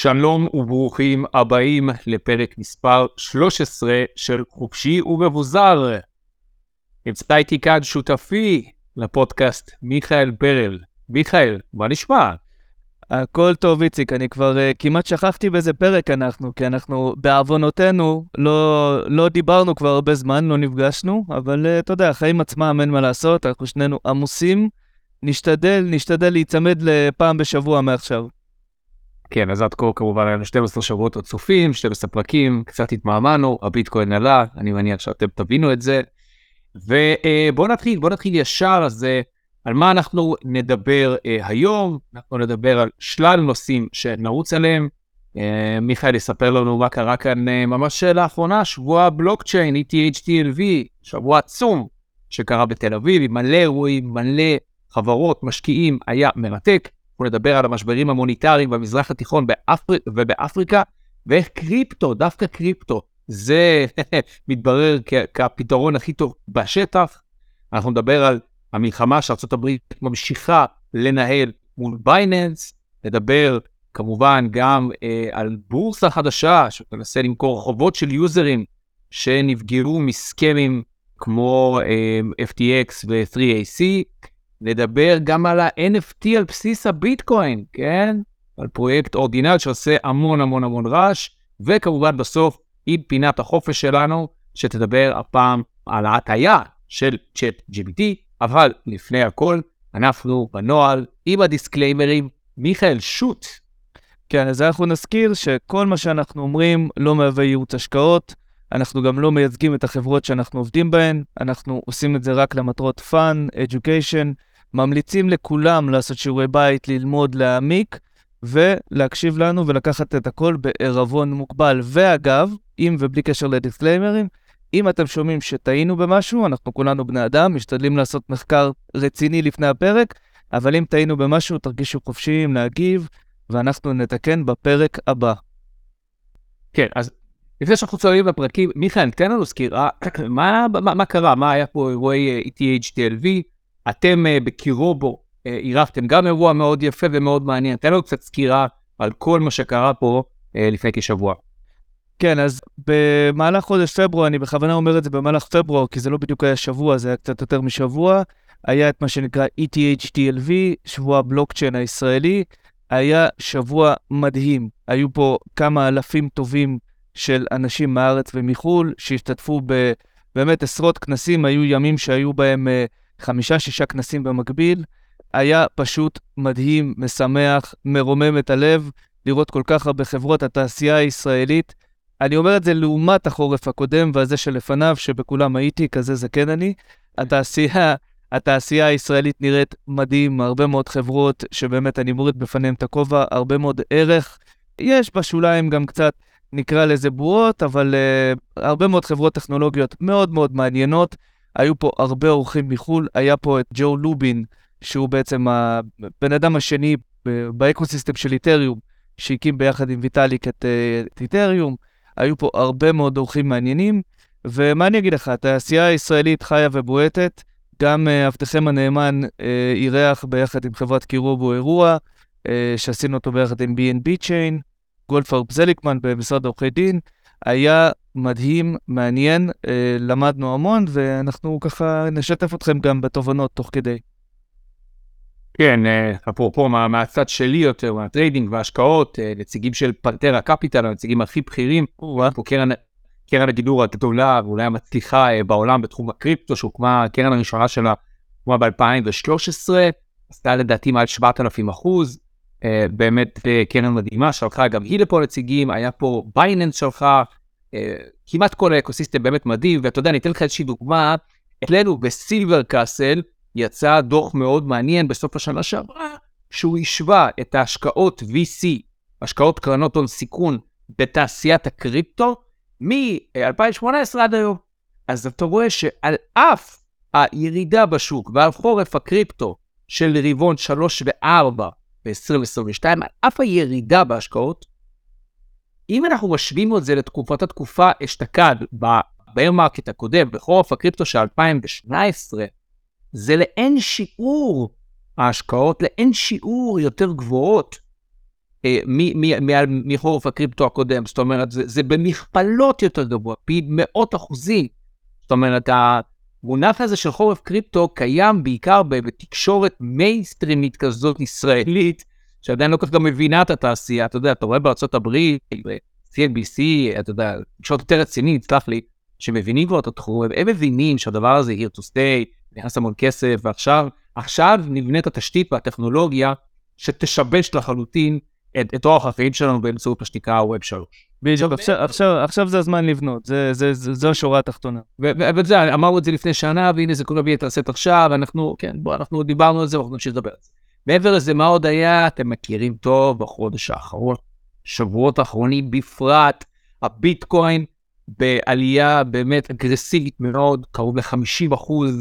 שלום וברוכים הבאים לפרק מספר 13 של חופשי ומבוזר. נמצא איתי כאן שותפי לפודקאסט מיכאל ברל. מיכאל, מה נשמע? הכל טוב איציק, אני כבר כמעט שכחתי באיזה פרק אנחנו, כי אנחנו בעוונותינו לא דיברנו כבר הרבה זמן, לא נפגשנו, אבל אתה יודע, החיים עצמם אין מה לעשות, אנחנו שנינו עמוסים, נשתדל להיצמד לפעם בשבוע מעכשיו. כן, אז עד כה כמובן היה 12 שבועות עוד צופים, 12 פרקים, קצת התמהמנו, הביטקוין עלה, אני מניח שאתם תבינו את זה. ובואו נתחיל ישר, אז על מה אנחנו נדבר היום. אנחנו נדבר על שלל נושאים שנרוץ עליהם. מיכאל יספר לנו מה קרה כאן ממש לאחרונה, שבוע בלוקצ'יין, ETH-TLV, שבוע עצום שקרה בתל אביב, עם מלא אירועים, מלא חברות, משקיעים, היה מרתק. אנחנו נדבר על המשברים המוניטריים במזרח התיכון ובאפריקה, ואיך קריפטו, דווקא קריפטו, זה מתברר כפתרון הכי טוב בשטח. אנחנו נדבר על המלחמה שארצות הברית ממשיכה לנהל מול בייננס, נדבר כמובן גם על בורסה חדשה, שתנסה למכור חובות של יוזרים שנפגעו מסכמים כמו FTX ו-3AC, נדבר גם על ה-NFT על בסיס הביטקוין, כן? על פרויקט אורדינל שעושה המון רעש, וכמובן בסוף עם פינת החופש שלנו, שתדבר הפעם על ההטיה של ChatGPT, אבל לפני הכל, אנחנו בנועל עם הדיסקליימרים. מיכאל, שוט. כן, אז אנחנו נזכיר שכל מה שאנחנו אומרים לא מהווה ייעוץ השקעות, אנחנו גם לא מייצגים את החברות שאנחנו עובדים בהן, אנחנו עושים את זה רק למטרות fun, education, ממליצים לכולם לעשות שיעורי בית, ללמוד, להעמיק, ולהקשיב לנו ולקחת את הכל בערבון מוגבל. ואגב, אם ובלי קשר לדיסקליימרים, אם אתם שומעים שטעינו במשהו, אנחנו כולנו בני אדם, משתדלים לעשות מחקר רציני לפני הפרק, אבל אם טעינו במשהו, תרגישו חופשיים להגיב, ואנחנו נתקן בפרק הבא. כן, אז לפני שאנחנו צוללים לפרקים, מיכאל, תן לנו סקירה, מה קרה? מה היה פה אירועי ETH-TLV? אתם בקירובו עירבתם גם אירוע מאוד יפה ומאוד מעניין. תן לנו קצת סקירה על כל מה שקרה פה לפני כשבוע. כן, אז במהלך חודש פברואר, אני בכוונה אומר את זה במהלך פברואר, כי זה לא בדיוק היה שבוע, זה היה קצת יותר משבוע, היה את מה שנקרא ETH-TLV, שבוע הבלוקצ'יין הישראלי, היה שבוע מדהים. היו פה כמה אלפים טובים של אנשים מארץ ומחול, שהשתתפו באמת עשרות כנסים, היו ימים שהיו בהם 5-6 כנסים במקביל, היה פשוט מדהים, משמח, מרומם את הלב, לראות כל כך הרבה חברות, התעשייה הישראלית. אני אומר את זה לעומת החורף הקודם והזה שלפניו, שבכולם הייתי, כזה זה כן אני. התעשייה הישראלית נראית מדהים, הרבה מאוד חברות שבאמת אני מוריד בפניהם את הכובע, הרבה מאוד ערך. יש בשוליים גם קצת, נקרא לזה בועות, אבל הרבה מאוד חברות טכנולוגיות מאוד מאוד מעניינות. היו פה הרבה אורחים מחול, היה פה את ג'ו לובין, שהוא בעצם הבן אדם השני באקוסיסטם של איתריום, שהקים ביחד עם ויטאליק את איתריום. היו פה הרבה מאוד אורחים מעניינים, ומה אני אגיד לך, התעשייה הישראלית חיה ובועטת, גם עבדכם הנאמן אירח ביחד עם חברת קירובו אירוע, שעשינו אותו ביחד עם B&B Chain, גולדפרב זליקמן במשרד עורכי דין, היה מדהים, מעניין, למדנו המון, ואנחנו ככה נשתף אתכם גם בתובנות תוך כדי. כן, אפרופו מהצד שלי יותר, מהטריידינג וההשקעות, נציגים של פנטרה קפיטל, הנציגים הכי בכירים, פה קרן הגידור הגדולה, ואולי המצליחה בעולם בתחום הקריפטו, שהוקמה, הקרן הראשונה שלה, הוקמה ב-2013, עשתה לדעתי מעל 7,000%, באמת קרן מדהימה, שלחה גם היא לפה נציגים, היה פה בייננס שלחה, כמעט כל האקוסיסטם באמת מדהים, ואתה יודע, אני אתן לך איזושהי דוגמה, אצלנו בסילבר קאסל, יצא דוח מאוד מעניין בסוף השנה שעברה, שהוא השווה את ההשקעות VC, השקעות קרנות הון סיכון, בתעשיית הקריפטו, מ-2018 עד היום. אז אתה רואה שעל אף הירידה בשוק, ועל חורף הקריפטו של רבעון 3 ו-4 ב-2022, על אף הירידה בהשקעות, אם אנחנו משווים את זה התקופה אשתקד בבייר מרקט הקודם, בחורף הקריפטו של 2017, זה לאין שיעור, ההשקעות לאין שיעור יותר גבוהות מחורף הקריפטו הקודם, זאת אומרת, זה במכפלות יותר גבוה, פי מאות אחוזים. זאת אומרת, המונח הזה של חורף קריפטו קיים בעיקר בתקשורת מיינסטרימית כזאת ישראלית, שעדיין לא כך גם מבינה את התעשייה. אתה יודע, אתה רואה בארצות הברית, CNBC, אתה יודע, תקשורת יותר רצינית, סלח לי, שמבינים כבר את התחום, הם מבינים שהדבר הזה here to stay, נכנס המון כסף, ועכשיו נבנית התשתית והטכנולוגיה שתשבש לחלוטין את אורח החיים שלנו באמצעות השתיקה Web 3. בדיוק, עכשיו זה הזמן לבנות, זו השורה התחתונה. וזה, אמרנו את זה לפני שנה, והנה זה קורה ביתר שאת עכשיו, אנחנו דיברנו על זה, ואנחנו נמשיך לדבר על זה. מעבר לזה, מה עוד היה? אתם מכירים טוב בחודש האחרון, שבועות האחרונים בפרט, הביטקוין בעלייה באמת אגרסיבית מאוד, קרוב ל-50%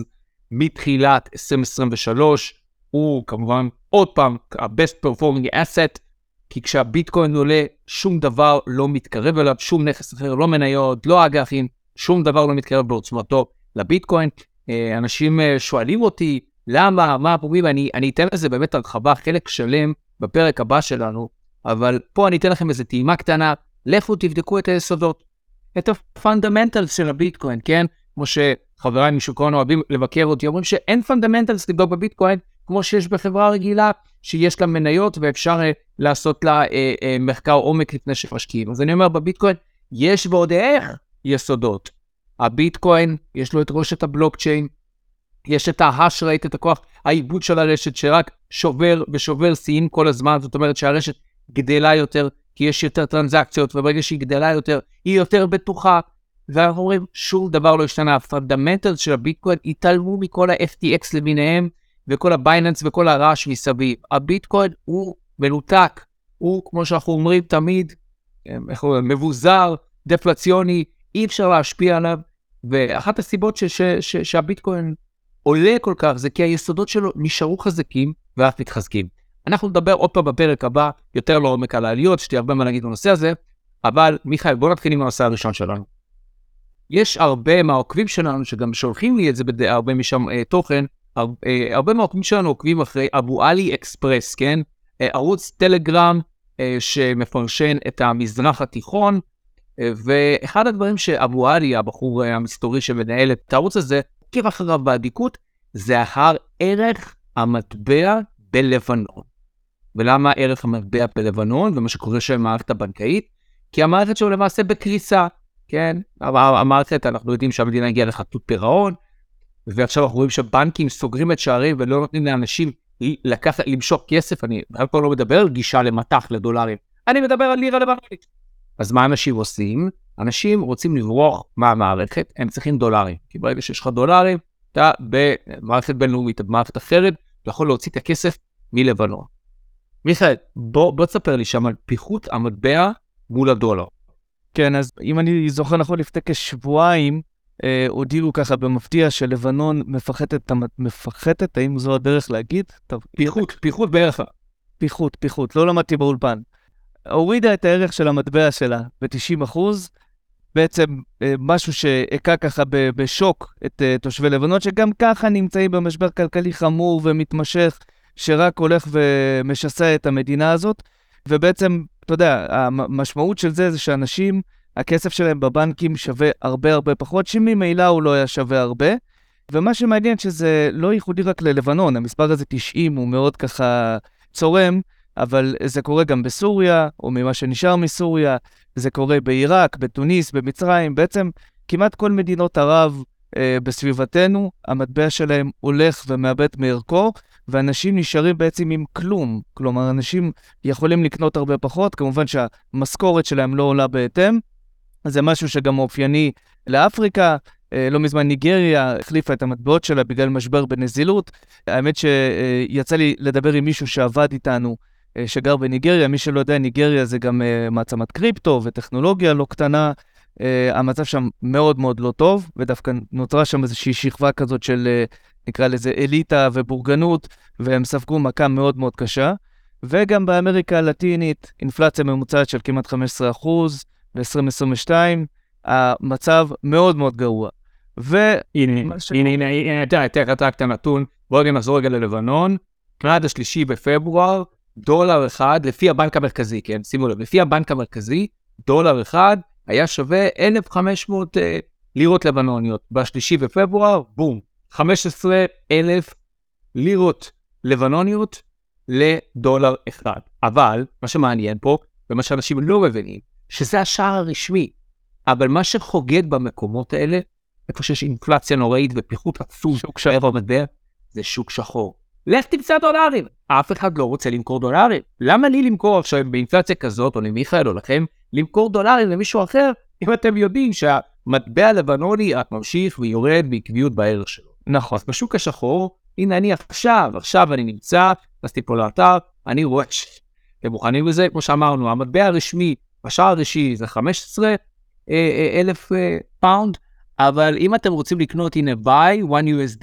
מתחילת 2023, הוא כמובן עוד פעם ה-best performing asset, כי כשהביטקוין עולה, שום דבר לא מתקרב אליו, שום נכס אחר, לא מניות, לא אג"חים, שום דבר לא מתקרב בעוצמתו לביטקוין. אנשים שואלים אותי, למה, מה הפרומים, אני אתן לזה באמת הרחבה, חלק שלם בפרק הבא שלנו, אבל פה אני אתן לכם איזו טעימה קטנה, לכו תבדקו את היסודות, את הפונדמנטלס של הביטקוין, כן? כמו שחבריי משוק ההון אוהבים לבקר אותי, אומרים שאין פונדמנטלס לבדוק בביטקוין, כמו שיש בחברה רגילה, שיש לה מניות ואפשר לעשות לה מחקר עומק לפני שמשקיעים. אז אני אומר, בביטקוין יש ועוד איך יסודות. הביטקוין, יש לו את רשת הבלוקצ'יין, יש את ההש רייט, את הכוח, העיבוד של הרשת שרק שובר ושובר שיאים כל הזמן, זאת אומרת שהרשת גדלה יותר, כי יש יותר טרנזקציות, וברגע שהיא גדלה יותר, היא יותר בטוחה, ואנחנו אומרים, שום דבר לא השתנה, הפונדמנטלס של הביטקוין התעלמו מכל ה-FTX למיניהם, וכל הבייננס וכל הרעש מסביב. הביטקוין הוא מנותק, הוא, כמו שאנחנו אומרים תמיד, מבוזר, דפלציוני, אי אפשר להשפיע עליו, ואחת הסיבות שהביטקוין עולה כל כך, זה כי היסודות שלו נשארו חזקים, ואף מתחזקים. אנחנו נדבר עוד פעם בפרק הבא, יותר לעומק על העליות, שתהיה הרבה מה להגיד בנושא הזה, אבל מיכאל, בוא נתחיל עם הנושא הראשון שלנו. יש הרבה מהעוקבים שלנו, שגם שולחים לי את זה הרבה משם תוכן, הרבה מהעוקבים שלנו עוקבים אחרי אבו עלי אקספרס, כן? ערוץ טלגרם שמפרשן את המזרח התיכון, ואחד הדברים שאבו עלי, הבחור המסתורי שמנהל את הערוץ הזה, עוקב אחריו בעדיקות, זה אחר ערך המטבע בלבנון. ולמה ערך המטבע בלבנון, ומה שקורה שם במערכת הבנקאית? כי המערכת שלו למעשה בקריסה, כן? המערכת, אנחנו יודעים שהמדינה הגיעה לחדלות פירעון, ועכשיו אנחנו רואים שבנקים סוגרים את שערים ולא נותנים לאנשים למשוך כסף. אני פה לא מדבר על גישה למטח לדולרים, אני מדבר על לירה לבנונית. אז מה אנשים עושים? אנשים רוצים לברוח מהמערכת, הם צריכים דולרים. כי ברגע שיש לך דולרים, אתה במערכת בינלאומית, במערכת אחרת, אתה יכול להוציא את הכסף מלבנון. מיכאל, בוא תספר לי שם על פיחות המטבע מול הדולר. כן, אז אם אני זוכר נכון, לפני כשבועיים, הודיעו ככה במפתיע שלבנון מפחתת, האם זו הדרך להגיד? פיחות בערך. פיחות, לא למדתי באולפן. הורידה את הערך של המטבע שלה ב-90%, בעצם משהו שהכה ככה בשוק את תושבי לבנון, שגם ככה נמצאים במשבר כלכלי חמור ומתמשך, שרק הולך ומשסע את המדינה הזאת, ובעצם, אתה יודע, המשמעות של זה שאנשים, הכסף שלהם בבנקים שווה הרבה פחות, שממילא הוא לא היה שווה הרבה, ומה שמעניין שזה לא ייחודי רק ללבנון, המספר הזה 90 הוא מאוד ככה צורם, אבל זה קורה גם בסוריה, או ממה שנשאר מסוריה, זה קורה בעיראק, בתוניס, במצרים, בעצם כמעט כל מדינות ערב בסביבתנו, המטבע שלהם הולך ומאבד מערכו, ואנשים נשארים בעצם עם כלום, כלומר אנשים יכולים לקנות הרבה פחות, כמובן שהמשכורת שלהם לא עולה בהתאם, זה משהו שגם אופייני לאפריקה, לא מזמן ניגריה החליפה את המטבעות שלה בגלל משבר בנזילות, האמת שיצא לי לדבר עם מישהו שעבד איתנו, שגר בניגריה, מי שלא יודע, ניגריה זה גם מעצמת קריפטו וטכנולוגיה לא קטנה, המצב שם מאוד לא טוב, ודווקא נותרה שם איזושהי שכבה כזאת של, נקרא לזה אליטה ובורגנות, והם ספגו מכה מאוד קשה, וגם באמריקה הלטינית, אינפלציה ממוצעת של כמעט 15%, ב-2022, המצב מאוד גרוע. הנה, אתה רק את הנתון, בואו נחזור רגע ללבנון, עד 3 בפברואר, דולר אחד, לפי הבנק המרכזי, כן? שימו לב, לפי הבנק המרכזי, דולר אחד היה שווה 1,500 לירות לבנוניות. בשלישי בפברואר, בום, 15,000 לירות לבנוניות לדולר אחד. אבל, מה שמעניין פה, ומה שאנשים לא מבינים, שזה השער הרשמי. אבל מה שחוגג במקומות האלה, איפה שיש אינפלציה נוראית ופיחות עצום, שוק שחור. זה שוק שחור. לך תמצא דולרים. אף אחד לא רוצה למכור דולרים. למה לי למכור עכשיו באינפלציה כזאת, או למיכאל או לכם, למכור דולרים למישהו אחר, אם אתם יודעים שהמטבע הלבנוני ממשיך ויורד בעקביות בערך שלו. נכון. אז בשוק השחור, הנה אני עכשיו אני נמצא, נסתי פה לאתר, אני רואה, אתם מוכנים לזה? כמו שאמרנו, המטבע הרשמי, השער הרשמי זה 15,000 פאונד, אבל אם אתם רוצים לקנות, הנה buy, 1 USD,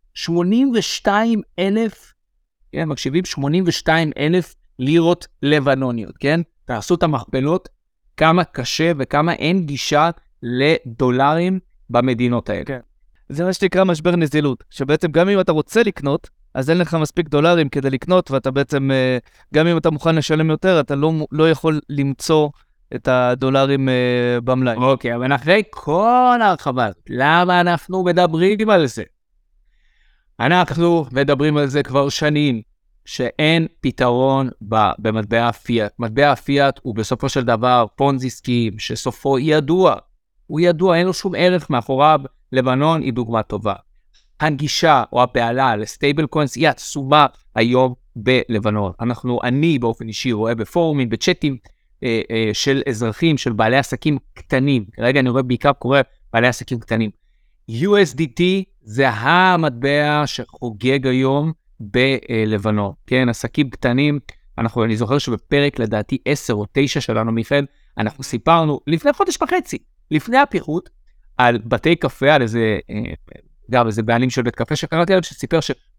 82,000, כן, מקשיבים, 82,000 לירות לבנוניות, כן? תעשו את המכפלות, כמה קשה וכמה אין גישה לדולרים במדינות האלה. כן. זה מה שנקרא משבר נזילות, שבעצם גם אם אתה רוצה לקנות, אז אין לך מספיק דולרים כדי לקנות, ואתה בעצם, גם אם אתה מוכן לשלם יותר, אתה לא יכול למצוא את הדולרים במלאי. אוקיי, אבל אחרי כל ההרחבה, למה אנחנו מדברים על זה? אנחנו מדברים על זה כבר שנים, שאין פתרון במטבע הפיאט. מטבע הפיאט הוא בסופו של דבר פונזי סקים, שסופו ידוע. הוא ידוע, אין לו שום ערך מאחוריו. לבנון היא דוגמה טובה. הנגישה או הפעלה לסטייבל קוינס היא עצומה היום בלבנון. אני באופן אישי רואה בפורומים, בצ'אטים של אזרחים, של בעלי עסקים קטנים. כרגע אני רואה בעיקר קורא בעלי עסקים קטנים. USDT זה המטבע שחוגג היום בלבנון. כן, עסקים קטנים. אני זוכר שבפרק לדעתי 10 או 9 שלנו, מיכאל, אנחנו סיפרנו לפני חודש וחצי, לפני הפיחות, על בתי קפה, על איזה בעלים של בית קפה שקראתי עליו, שסיפר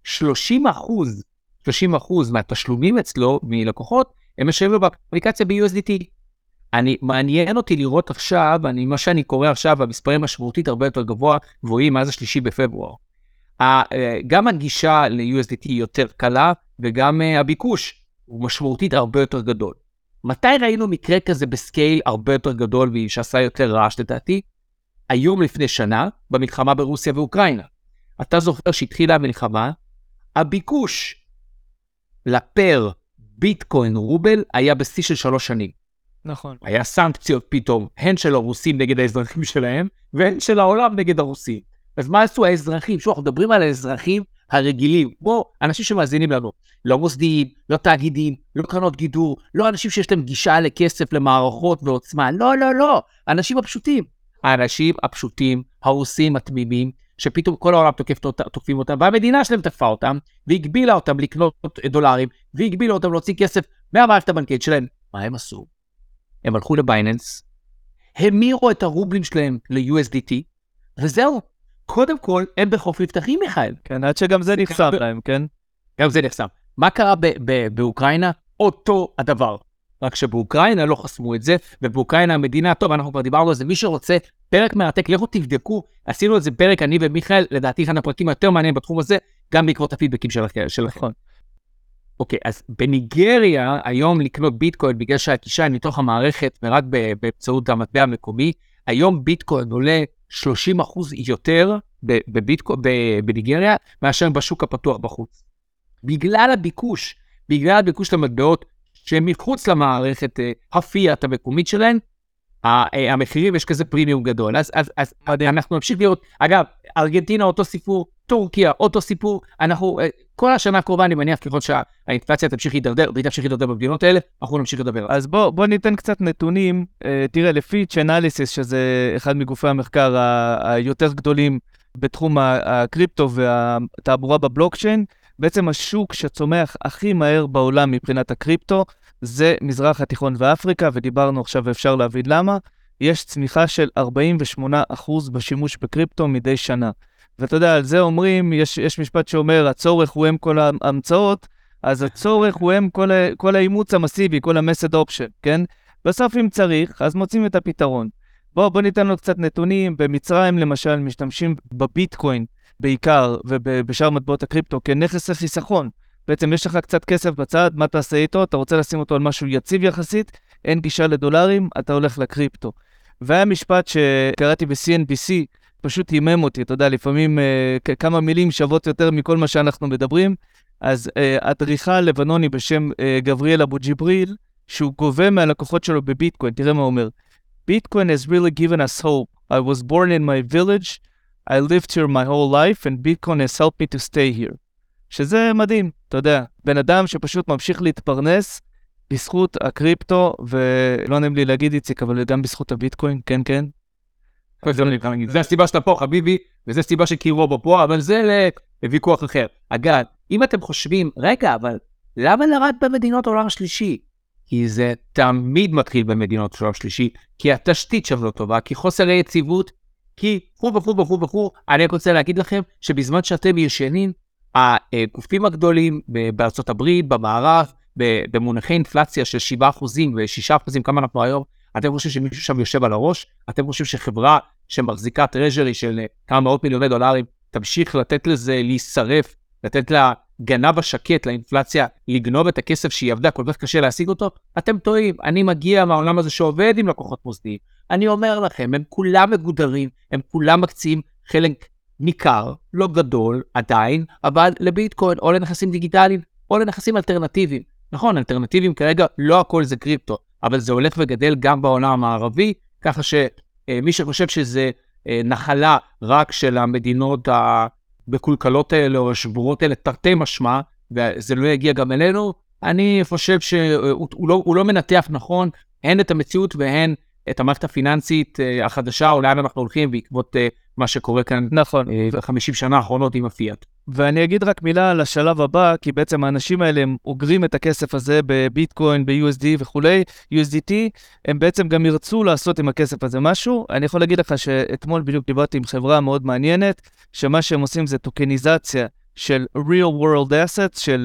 ש30% מהתשלומים אצלו, מלקוחות, הם משלמים לו באפליקציה ב-USDT. מעניין אותי לראות עכשיו, מה שאני קורא עכשיו, המספרים משמעותית הרבה יותר גבוהים מאז השלישי בפברואר. גם הגישה ל-USDT היא יותר קלה, וגם הביקוש הוא משמעותית הרבה יותר גדול. מתי ראינו מקרה כזה בסקייל הרבה יותר גדול, ושעשה יותר רעש לדעתי? היום לפני שנה, במלחמה ברוסיה ואוקראינה. אתה זוכר שהתחילה המלחמה, הביקוש לפר ביטקוין רובל היה בשיא של 3 שנים. נכון. היה סנקציות פתאום, הן של הרוסים נגד האזרחים שלהם, והן של העולם נגד הרוסים. אז מה עשו האזרחים? אנחנו מדברים על האזרחים הרגילים. אנשים שמאזינים לנו, לא מוסדיים, לא תאגידים, לא קרנות גידור, לא אנשים שיש להם גישה לכסף, למערכות ועוצמה. לא. אנשים הפשוטים. האנשים הפשוטים, הרוסים התמימים, שפתאום כל העולם תוקפים אותם, והמדינה שלהם תקפה אותם, והגבילה אותם לקנות דולרים, והגבילה אותם להוציא כסף מהמערכת הבנקאית שלהם. מה הם עשו? הם הלכו לבייננס, המירו את הרובלים שלהם ל-USDT, וזהו. קודם כל, הם בחוף מבטחים, מיכאל. כן, עד שגם זה נחסם להם, כן? גם זה נחסם. מה קרה באוקראינה? אותו הדבר. רק שבאוקראינה לא חסמו את זה, ובאוקראינה המדינה, טוב, אנחנו כבר דיברנו על זה, מי שרוצה פרק מעתק, לכו תבדקו, עשינו את זה פרק, אני ומיכאל, לדעתי אחד הפרקים היותר מעניין בתחום הזה, גם בעקבות הפידבקים שלכם. נכון. אוקיי, אז בניגריה, היום לקנות ביטקוין, בגלל שהגישה היא מתוך המערכת, ורק באמצעות המטבע המקומי, היום ביטקוין עולה 30% יותר בניגריה, מאשר בשוק הפתוח בחוץ. בגלל הביקוש למטבעות, שהם מחוץ למערכת הפיאט המקומית שלהן, המחירים יש כזה פרימיום גדול. אז אנחנו נמשיך לראות, אגב, ארגנטינה אותו סיפור, טורקיה אותו סיפור, כל השנה הקרובה אני מניח ככל שהאינפלציה תמשיך להידרדר במדינות האלה, אנחנו נמשיך לדבר. אז בוא ניתן קצת נתונים, תראה, לפי צ'אנליסיס, שזה אחד מגופי המחקר היותר גדולים בתחום הקריפטו והתעבורה בבלוקצ'יין, בעצם השוק שצומח הכי מהר בעולם מבחינת הקריפטו, זה מזרח התיכון ואפריקה, ודיברנו עכשיו ואפשר להבין למה, יש צמיחה של 48% בשימוש בקריפטו מדי שנה. ואתה יודע, על זה אומרים, יש משפט שאומר, הצורך הוא הם כל ההמצאות, אז הצורך הוא הם כל האימוץ המסיבי, כל המס אדופשן, כן? בסוף אם צריך, אז מוצאים את הפתרון. בוא ניתן לו קצת נתונים, במצרים למשל משתמשים בביטקוין בעיקר, ובשאר מטבעות הקריפטו כנכס החיסכון. בעצם יש לך קצת כסף בצד, מה תעשה איתו? אתה רוצה לשים אותו על משהו יציב יחסית, אין גישה לדולרים, אתה הולך לקריפטו. והיה משפט שקראתי ב-CNBC, פשוט הימם אותי, אתה יודע, לפעמים כמה מילים שוות יותר מכל מה שאנחנו מדברים. אז אדריכל לבנוני בשם גבריאל אבו ג'יבריל, שהוא גובה מהלקוחות שלו בביטקוין, תראה מה הוא אומר. Bitcoin has really given us hope. I was born in my village, I lived here my whole life, and Bitcoin has helped me to stay here. שזה מדהים, אתה יודע, בן אדם שפשוט ממשיך להתפרנס בזכות הקריפטו, ולא נעים לי להגיד איציק, אבל גם בזכות הביטקוין, כן, כן. זה הסיבה שאתה פה, חביבי, וזה הסיבה שקירו בו פה, אבל זה לוויכוח אחר. אגב, אם אתם חושבים, רגע, אבל למה לרד במדינות העולם השלישי? כי זה תמיד מתחיל במדינות העולם השלישי, כי התשתית שם לא טובה, כי חוסר היציבות, כי וכו'. אני רוצה להגיד לכם שבזמן שאתם ישנים, הגופים הגדולים בארצות הברית, במערב, במונחי אינפלציה של 7% ו6%, כמה אנחנו היום, אתם חושבים שמישהו שם יושב על הראש? אתם חושבים שחברה שמחזיקה טרז'רי של כמה מאות מיליוני דולרים, תמשיך לתת לזה להישרף, לתת לה גנב השקט לאינפלציה, לגנוב את הכסף שהיא עבדה, כל כך קשה להשיג אותו? אתם טועים, אני מגיע מהעולם הזה שעובד עם לקוחות מוסדיים. אני אומר לכם, הם כולם מגודרים, הם כולם מקצים חלק ניכר, לא גדול עדיין, אבל לביטקוין או לנכסים דיגיטליים או לנכסים אלטרנטיביים. נכון, אלטרנטיביים כרגע לא הכל זה קריפטו, אבל זה הולך וגדל גם בעולם הערבי, ככה שמי שחושב שזה נחלה רק של המדינות בקולקלות האלה או השבורות האלה, תרתי משמע, וזה לא יגיע גם אלינו, אני חושב שהוא לא מנתח נכון, הן את המציאות והן את המערכת הפיננסית החדשה, או לאן אנחנו הולכים בעקבות מה שקורה כאן נכון. 50 שנה האחרונות עם הפיאט. ואני אגיד רק מילה על השלב הבא, כי בעצם האנשים האלה הם אוגרים את הכסף הזה בביטקוין, ב-USD וכולי, USDT, הם בעצם גם ירצו לעשות עם הכסף הזה משהו. אני יכול להגיד לך שאתמול בדיוק דיברתי עם חברה מאוד מעניינת, שמה שהם עושים זה טוקניזציה של real world assets, של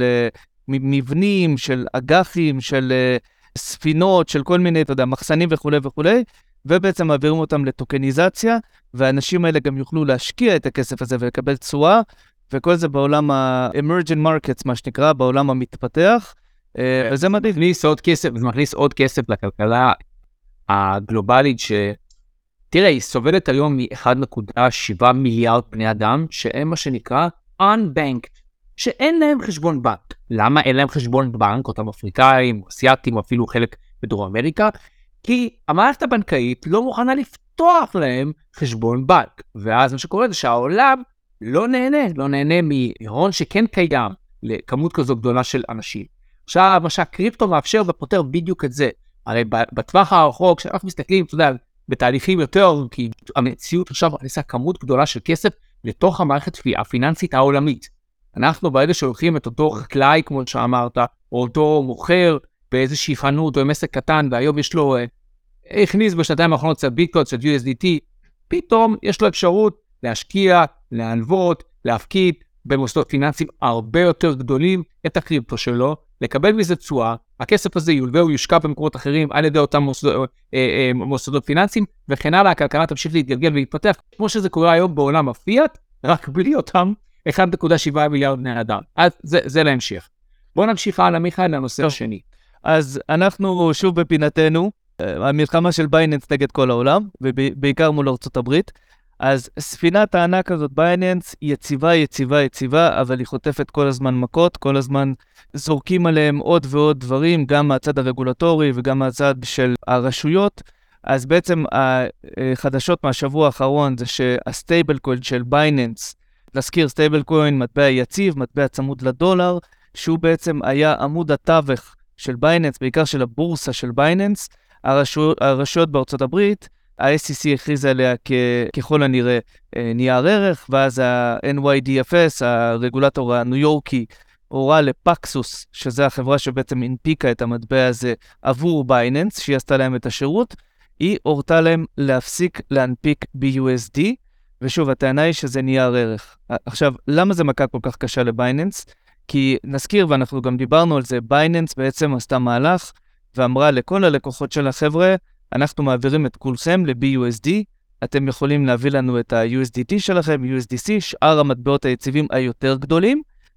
מבנים, של אג"חים, של ספינות, של כל מיני, אתה יודע, מחסנים וכולי וכולי, ובעצם מעבירים אותם לטוקניזציה, והאנשים האלה גם יוכלו להשקיע את הכסף הזה ולקבל תשואה, וכל זה בעולם ה-emerging markets, מה שנקרא, בעולם המתפתח, וזה מדהים. זה מכניס עוד כסף לכלכלה הגלובלית, תראה, היא סובלת היום מ-1.7 מיליארד בני אדם, שהם מה שנקרא unbanked, שאין להם חשבון בנק. למה אין להם חשבון בנק? אותם אפריקאים, אסיאטים, או אפילו חלק בדרום אמריקה, כי המערכת הבנקאית לא מוכנה לפתוח להם חשבון בנק. ואז מה שקורה זה שהעולם לא נהנה מהון שכן קיים לכמות כזו גדולה של אנשים. עכשיו, מה שהקריפטו מאפשר ופותר בדיוק את זה. הרי בטווח הרחוק, כשאנחנו מסתכלים, אתה יודע, בתהליכים יותר, כי המציאות עכשיו מכניסה כמות גדולה של כסף לתוך המערכת הפיננסית העולמית. אנחנו ברגע שהולכים את אותו חקלאי, כמו שאמרת, או אותו מוכר באיזושהי חנות או עם עסק קטן, והיום יש לו, הכניס בשנתיים האחרונות של ביטקוין, של USDT, פתאום יש לו אפשרות להשקיע, להלוות, להפקיד במוסדות פיננסיים הרבה יותר גדולים את הקריפטו שלו, לקבל מזה תשואה, הכסף הזה ילווה או יושקע במקורות אחרים על ידי אותם מוסדות פיננסיים, וכן הלאה, הכלכלה תמשיך להתגלגל ולהתפתח, כמו שזה קורה היום בעולם הפיאט, רק בלי אותם 1.7 מיליארד בני אדם. אז זה להמשך. בואו נמשיך הלאה, מיכאל, לנושא השני. אז אנחנו שוב בפינתנו, המלחמה של בייננס נגד כל העולם, ובעיקר מול ארצות הברית. אז ספינת הענק הזאת, בייננס, יציבה, אבל היא חוטפת כל הזמן מכות, כל הזמן זורקים עליהם עוד ועוד דברים, גם מהצד הרגולטורי וגם מהצד של הרשויות. אז בעצם החדשות מהשבוע האחרון זה שהסטייבל קוין של בייננס, להזכיר סטייבל קוין, מטבע יציב, מטבע צמוד לדולר, שהוא בעצם היה עמוד התווך של בייננס, בעיקר של הבורסה של בייננס, הרשויות בארצות הברית, ה-SEC הכריז עליה ככל הנראה נייר ערך, ואז ה-NYDFS, הרגולטור הניו יורקי, הורה לפקסוס, שזה החברה שבעצם הנפיקה את המטבע הזה עבור בייננס, שהיא עשתה להם את השירות, היא הורתה להם להפסיק להנפיק ב-USD, ושוב, הטענה היא שזה נייר ערך. עכשיו, למה זה מכה כל כך קשה לבייננס? כי נזכיר, ואנחנו גם דיברנו על זה, בייננס בעצם עשתה מהלך, ואמרה לכל הלקוחות של החבר'ה, אנחנו מעבירים את כולכם ל-BUSD, אתם יכולים להביא לנו את ה-USDT שלכם, USDC, שאר המטבעות היציבים היותר גדולים,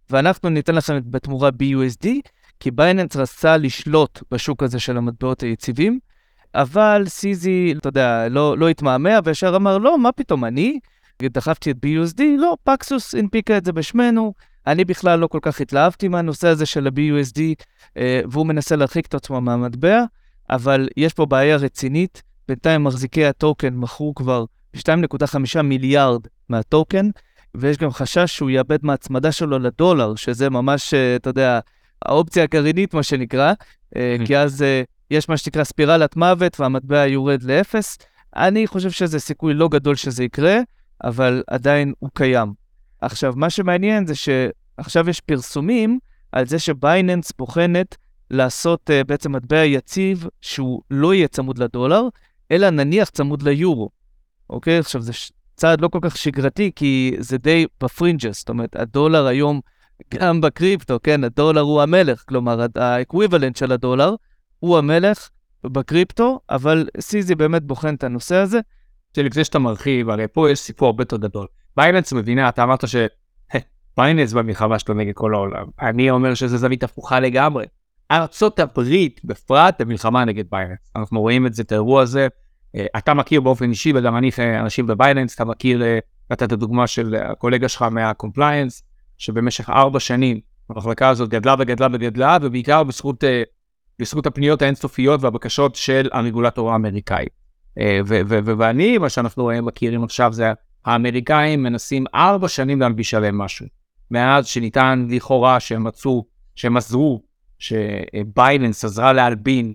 ואנחנו ניתן לכם בתמורה BUSD, כי בייננס רצה לשלוט בשוק הזה של המטבעות היציבים, אבל סיזי, אתה יודע, לא התמהמה, וישר אמר, לא, מה פתאום, אני דחפתי את BUSD, לא, פקסוס הנפיקה את זה בשמנו, אני בכלל לא כל כך התלהבתי מהנושא הזה של ה-BUSD, והוא מנסה להרחיק את עצמו מהמטבע, אבל יש פה בעיה רצינית, בינתיים מחזיקי הטוקן מכרו כבר 2.5 מיליארד מהטוקן, ויש גם חשש שהוא יאבד מהצמדה שלו לדולר, שזה ממש, אתה יודע, האופציה הגרעינית, מה שנקרא, כי אז יש מה שנקרא ספירלת מוות, והמטבע יורד לאפס. אני חושב שזה סיכוי לא גדול שזה יקרה, אבל עדיין הוא קיים. עכשיו, מה שמעניין זה שעכשיו יש פרסומים על זה שבייננס בוחנת לעשות בעצם מטבע יציב שהוא לא יהיה צמוד לדולר, אלא נניח צמוד ליורו. אוקיי? עכשיו, זה צעד לא כל כך שגרתי, כי זה די בפרינג'ס. זאת אומרת, הדולר היום, גם בקריפטו, כן, הדולר הוא המלך. כלומר, האקוויבלנט של הדולר הוא המלך בקריפטו, אבל סיזי באמת בוחן את הנושא הזה. שלפני שאתה מרחיב, הרי פה יש סיפור הרבה יותר גדול. בייננס מבינה, אתה אמרת בייננס במלחמה שלו נגד כל העולם. אני אומר שזה זווית הפוכה לגמרי. ארצות הברית בפרט במלחמה נגד בייננס. אנחנו רואים את האירוע הזה. אתה מכיר באופן אישי, וגם אני אנשים בבייננס, אתה מכיר, נתת הדוגמה של הקולגה שלך מה-compliance, שבמשך 4 שנים המחלקה הזאת גדלה וגדלה וגדלה, ובעיקר בזכות הפניות האינסופיות והבקשות של הרגולטור האמריקאי. ואני, מה שאנחנו מכירים עכשיו, זה האמריקאים מנסים 4 שנים להלביש עליהם משהו. מאז שניתן לכאורה שהם עזרו, שבייננס עזרה להלבין,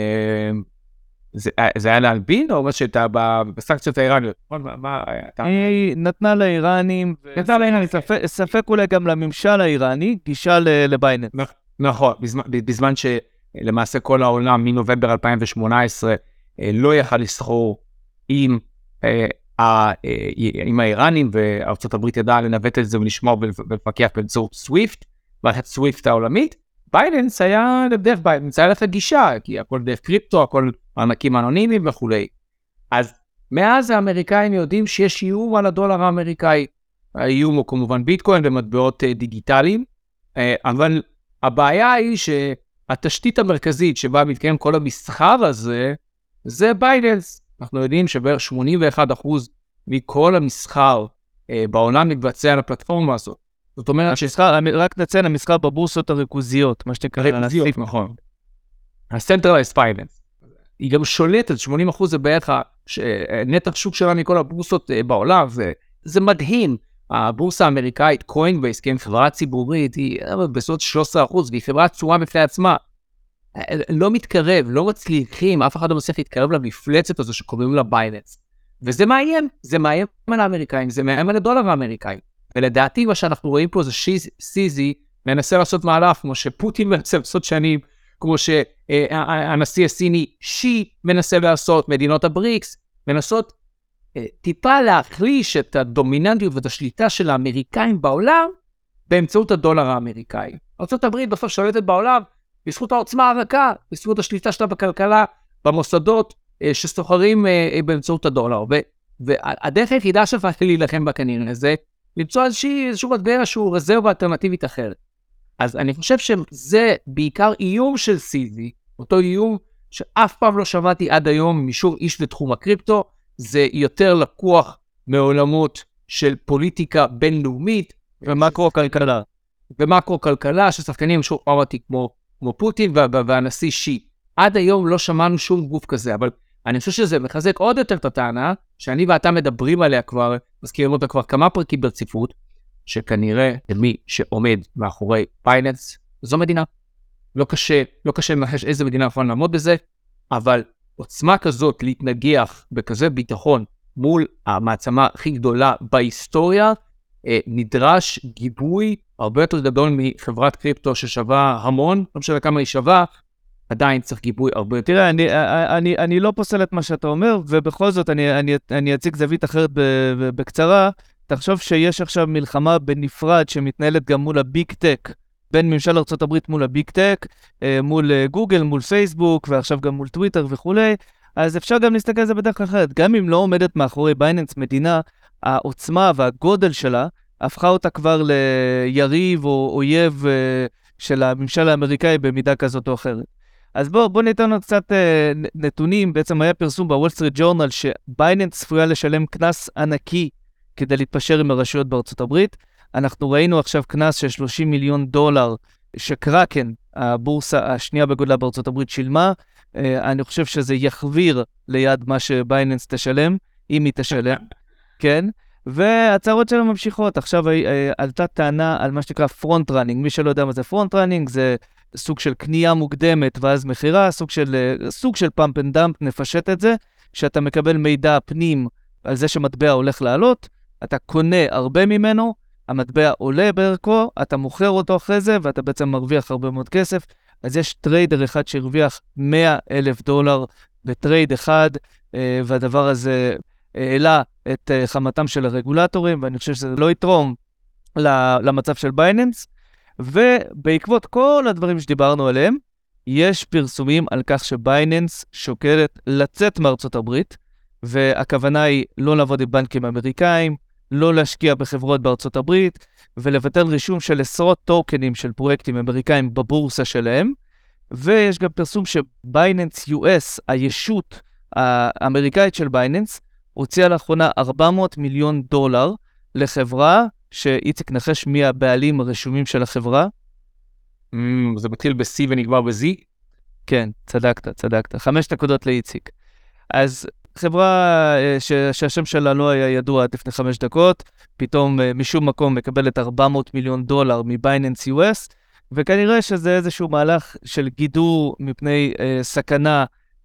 זה היה להלבין, או מה שאתה בסנקציות האיראניות? היא נתנה לאיראנים, ספק אולי גם לממשל האיראני, גישה לבייננס. נכון, בזמן שלמעשה כל העולם מנובמבר 2018 לא יכל לסחור עם האיראנים, וארצות הברית ידעה לנווט את זה ולשמור ולפקח באמצעות סוויפט, מערכת סוויפט העולמית. בייננס היה דרך בייננס, היה לתת גישה, כי הכל דרך קריפטו, הכל מענקים אנונימיים וכו'. אז מאז האמריקאים יודעים שיש איום על הדולר האמריקאי. האיום הוא כמובן ביטקוין ומטבעות דיגיטליים, אבל הבעיה היא שהתשתית המרכזית שבה מתקיים כל המסחר הזה, זה בייננס. אנחנו יודעים שבערך 81% מכל המסחר בעולם מתבצע על הפלטפורמה הזאת. זאת אומרת רק נציין, המסחר בבורסות הריכוזיות, מה שתקרא ריכוזיות, נכון. ה-Centralized Finance. היא גם שולטת, 80% זה בערך נתח שוק שלה מכל הבורסות בעולם, זה מדהים. הבורסה האמריקאית, קוינבייס, כן, חברה ציבורית, היא בסוד 13%, והיא חברה צורה בפני עצמה. לא מתקרב, לא מצליחים, אף אחד לא מצליח להתקרב למפלצת הזו שקוראים לה בייננס. וזה מאיים, זה מאיים על האמריקאים, זה מאיים על הדולר האמריקאים. ולדעתי מה שאנחנו רואים פה זה סיזי מנסה לעשות מהלך, כמו שפוטין מנסה לעשות שנים, כמו שהנשיא הסיני שי מנסה לעשות, מדינות הבריקס, מנסות טיפה להחליש את הדומיננטיות ואת השליטה של האמריקאים בעולם, באמצעות הדולר האמריקאי. ארצות הברית בסוף שולטת בעולם, בזכות העוצמה הרכה, בזכות השליטה שלה בכלכלה, במוסדות שסוחרים באמצעות הדולר. והדרך היחידה שלך להילחם בכנראה זה, למצוא איזשהו מטבע שהוא רזרבה אלטרנטיבית אחרת. אז אני חושב שזה בעיקר איום של סיזי, אותו איום שאף פעם לא שמעתי עד היום משום איש לתחום הקריפטו, זה יותר לקוח מעולמות של פוליטיקה בינלאומית, ומקרו-כלכלה. ומקרו-כלכלה, ששחקנים שוב אמרתי כמו פוטין והנשיא שי. עד היום לא שמענו שום גוף כזה, אבל אני חושב שזה מחזק עוד יותר את הטענה, שאני ואתה מדברים עליה כבר, מזכירים אותה כבר כמה פרקים ברציפות, שכנראה מי שעומד מאחורי בייננס, זו מדינה. לא קשה למחש איזה מדינה יכולה לעמוד בזה, אבל עוצמה כזאת להתנגח בכזה ביטחון מול המעצמה הכי גדולה בהיסטוריה, נדרש גיבוי הרבה יותר גדול מחברת קריפטו ששווה המון, לא משנה כמה היא שווה, עדיין צריך גיבוי הרבה יותר. תראה, אני לא פוסל את מה שאתה אומר, ובכל זאת אני אציג זווית אחרת בקצרה. תחשוב שיש עכשיו מלחמה בנפרד שמתנהלת גם מול הביג טק, בין ממשל ארצות הברית מול הביג טק, מול גוגל, מול פייסבוק, ועכשיו גם מול טוויטר וכו'. אז אפשר גם להסתכל על זה בדרך אחרת. גם אם לא עומדת מאחורי בייננס מדינה, העוצמה והגודל שלה הפכה אותה כבר ליריב או אויב של הממשל האמריקאי במידה כזאת או אחרת. אז בוא ניתן לנו קצת נתונים. בעצם היה פרסום בוול סטריט ג'ורנל שבייננס צפויה לשלם קנס ענקי כדי להתפשר עם הרשויות בארצות הברית. אנחנו ראינו עכשיו קנס של $30 מיליון שקראקן, הבורסה השנייה בגודלה בארצות הברית, שילמה. אני חושב שזה יחוויר ליד מה שבייננס תשלם, אם היא תשלם, כן? והצהרות שלנו ממשיכות. עכשיו עלתה טענה על מה שנקרא פרונט ראנינג. מי שלא יודע מה זה פרונט ראנינג, זה סוג של קנייה מוקדמת ואז מחירה, סוג של פאמפ אנד דאמפ, נפשט את זה, שאתה מקבל מידע פנים על זה שמטבע הולך לעלות, אתה קונה הרבה ממנו, המטבע עולה בערכו, אתה מוכר אותו אחרי זה, ואתה בעצם מרוויח הרבה מאוד כסף. אז יש טריידר אחד שהרוויח $100,000 בטרייד אחד, והדבר הזה העלה את חמתם של הרגולטורים, ואני חושב שזה לא יתרום למצב של בייננס. ובעקבות כל הדברים שדיברנו עליהם, יש פרסומים על כך שבייננס שוקלת לצאת מארצות הברית, והכוונה היא לא לעבוד עם בנקים אמריקאים, לא להשקיע בחברות בארצות הברית, ולבטל רישום של עשרות טוקנים של פרויקטים אמריקאים בבורסה שלהם. ויש גם פרסום שבייננס US, הישות האמריקאית של בייננס, הוציאה לאחרונה $400 מיליון לחברה, שאיציק נחש מי הבעלים הרשומים של החברה. זה מתחיל ב-C ונגמר ב-Z? כן, צדקת. 5 נקודות לאיציק. אז חברה שהשם שלה לא היה ידוע עד לפני 5 דקות, פתאום משום מקום מקבלת $400 מיליון מבייננס US, וכנראה שזה איזשהו מהלך של גידור מפני סכנה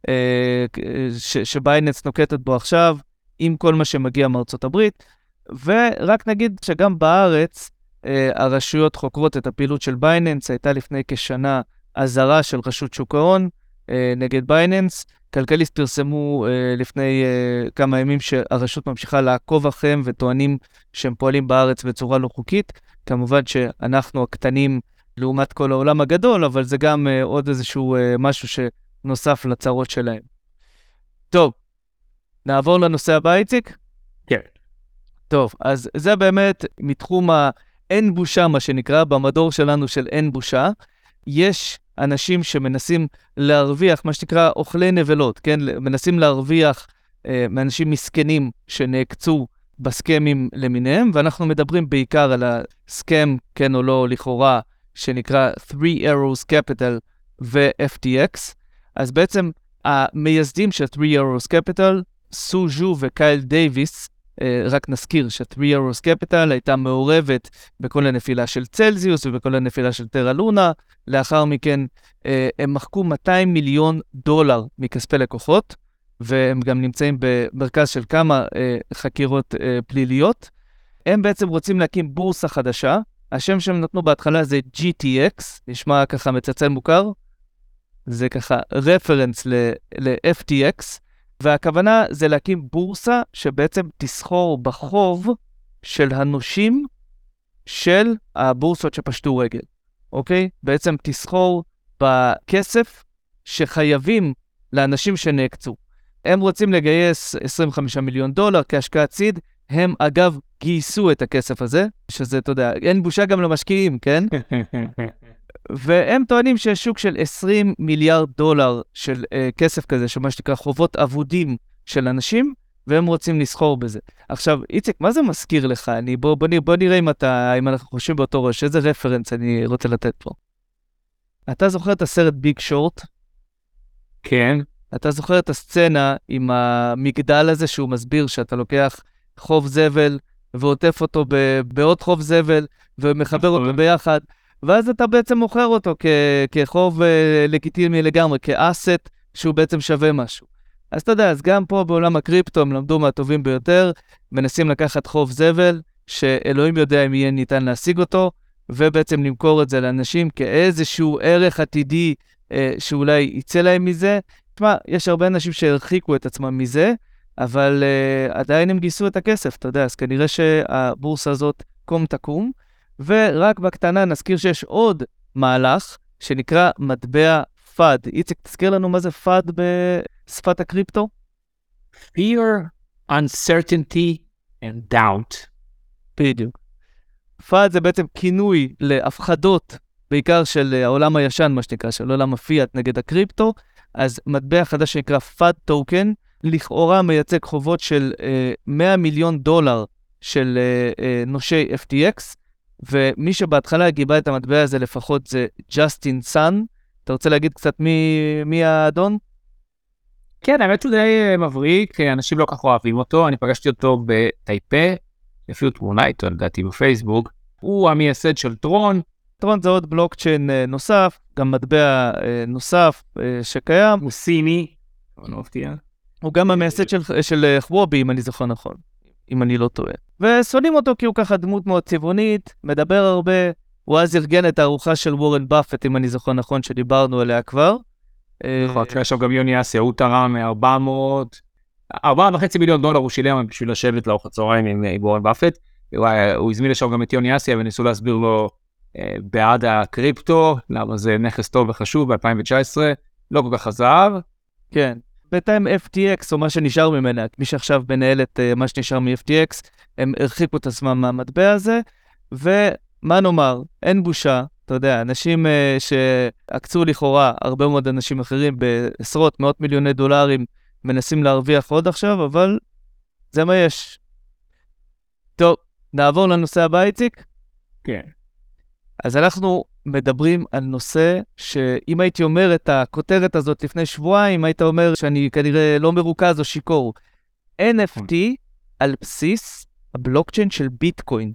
שבייננס נוקטת בו עכשיו, עם כל מה שמגיע מארצות הברית. ורק נגיד שגם בארץ הרשויות חוקרות את הפעילות של בייננס. הייתה לפני כשנה אזהרה של רשות שוק ההון נגד בייננס. כלכליסט פרסמו לפני כמה ימים שהרשות ממשיכה לעקוב אחריהם וטוענים שהם פועלים בארץ בצורה לא חוקית. כמובן שאנחנו הקטנים לעומת כל העולם הגדול, אבל זה גם עוד איזשהו משהו שנוסף לצרות שלהם. טוב, נעבור לנושא הבא, איציק? כן. טוב, אז זה באמת מתחום האין בושה, מה שנקרא, במדור שלנו של אין בושה. יש אנשים שמנסים להרוויח, מה שנקרא אוכלי נבלות, כן? מנסים להרוויח מאנשים מסכנים שנעקצו בסקמים למיניהם, ואנחנו מדברים בעיקר על הסקם, כן או לא, לכאורה, שנקרא 3 Arrows Capital ו-FTX. אז בעצם המייסדים של 3 Arrows Capital, סו ז'ו וקייל דייביס, רק נזכיר ש3 Arrows Capital הייתה מעורבת בכל הנפילה של צלזיוס ובכל הנפילה של טרה לונה. לאחר מכן הם מחקו $200 מיליון מכספי לקוחות, והם גם נמצאים במרכז של כמה חקירות פליליות. הם בעצם רוצים להקים בורסה חדשה. השם שהם נתנו בהתחלה זה GTX, נשמע ככה מצלצל מוכר. זה ככה רפרנס ל-FTX. והכוונה זה להקים בורסה שבעצם תסחור בחוב של הנושים של הבורסות שפשטו רגל. אוקיי? בעצם תסחור בכסף שחייבים לאנשים שנעקצו. הם רוצים לגייס $25 מיליון כהשקעת סיד. הם אגב גייסו את הכסף הזה, שזה, אתה יודע, אין בושה גם למשקיעים, כן? והם טוענים שיש שוק של $20 מיליארד של כסף כזה, שמה שנקרא חובות אבודים של אנשים, והם רוצים לסחור בזה. עכשיו, איציק, מה זה מזכיר לך? בוא נראה אם אנחנו חושבים באותו ראש, איזה רפרנס אני רוצה לתת פה. אתה זוכר את הסרט ביג שורט? כן. אתה זוכר את הסצנה עם המגדל הזה שהוא מסביר שאתה לוקח חוב זבל ועוטף אותו בעוד חוב זבל ומחבר אותו ביחד, ואז אתה בעצם מוכר אותו כחוב לגיטימי לגמרי, כאסט שהוא בעצם שווה משהו. אז אתה יודע, אז גם פה בעולם הקריפטו הם למדו מהטובים ביותר, מנסים לקחת חוב זבל, שאלוהים יודע אם יהיה ניתן להשיג אותו, ובעצם למכור את זה לאנשים כאיזשהו ערך עתידי שאולי יצא להם מזה. תשמע, יש הרבה אנשים שהרחיקו את עצמם מזה, אבל עדיין הם גייסו את הכסף, אתה יודע, אז כנראה שהבורסה הזאת קום תקום. ורק בקטנה נזכיר שיש עוד מהלך שנקרא מטבע פאד. איציק, תזכיר לנו מה זה פאד בשפת הקריפטו? Fear, uncertainty and doubt. בדיוק. פאד זה בעצם כינוי להפחדות, בעיקר של העולם הישן, מה שנקרא, של עולם הפיאט נגד הקריפטו, אז מטבע חדש שנקרא פאד טוקן, לכאורה מייצג חובות של $100 מיליון של נושי FTX, ומי שבהתחלה גיבה את המטבע הזה לפחות זה ג'סטין סאן. אתה רוצה להגיד קצת מי האדון? כן, האמת שהוא די מבריק, אנשים לא כך אוהבים אותו, אני פגשתי אותו בטייפה, אפילו תמונה איתו, לדעתי, בפייסבוק, הוא המייסד של טרון. טרון זה עוד בלוקצ'יין נוסף, גם מטבע נוסף שקיים. הוא סיני, לא מפתיע. הוא גם המייסד של חוובי, אם אני זוכר נכון, אם אני לא טועה. ושונאים אותו כי הוא ככה דמות מאוד צבעונית, מדבר הרבה, הוא אז ארגן את הארוחה של וורן באפט, אם אני זוכר נכון, שדיברנו עליה כבר. נכון, עכשיו גם יוני אסיה, הוא תרם 4.5 מיליון דולר הוא שילם בשביל לשבת לארוחת צהריים עם וורן באפט. הוא הזמין לשם גם את יוני אסיה וניסו להסביר לו בעד הקריפטו, למה זה נכס טוב וחשוב ב-2019, לא כל כך עזר. כן, בינתיים FTX או מה שנשאר ממנה, מי שעכשיו מנהל את מה שנשאר מ-FTX, הם הרחיקו את עצמם מהמטבע הזה, ומה נאמר, אין בושה, אתה יודע, אנשים שעקצו לכאורה, הרבה מאוד אנשים אחרים בעשרות, מאות מיליוני דולרים, מנסים להרוויח עוד עכשיו, אבל זה מה יש. טוב, נעבור לנושא הבא, איציק? כן. אז אנחנו מדברים על נושא שאם הייתי אומר את הכותרת הזאת לפני שבועיים, היית אומר שאני כנראה לא מרוכז או שיקור. NFT על בסיס הבלוקצ'יין של ביטקוין.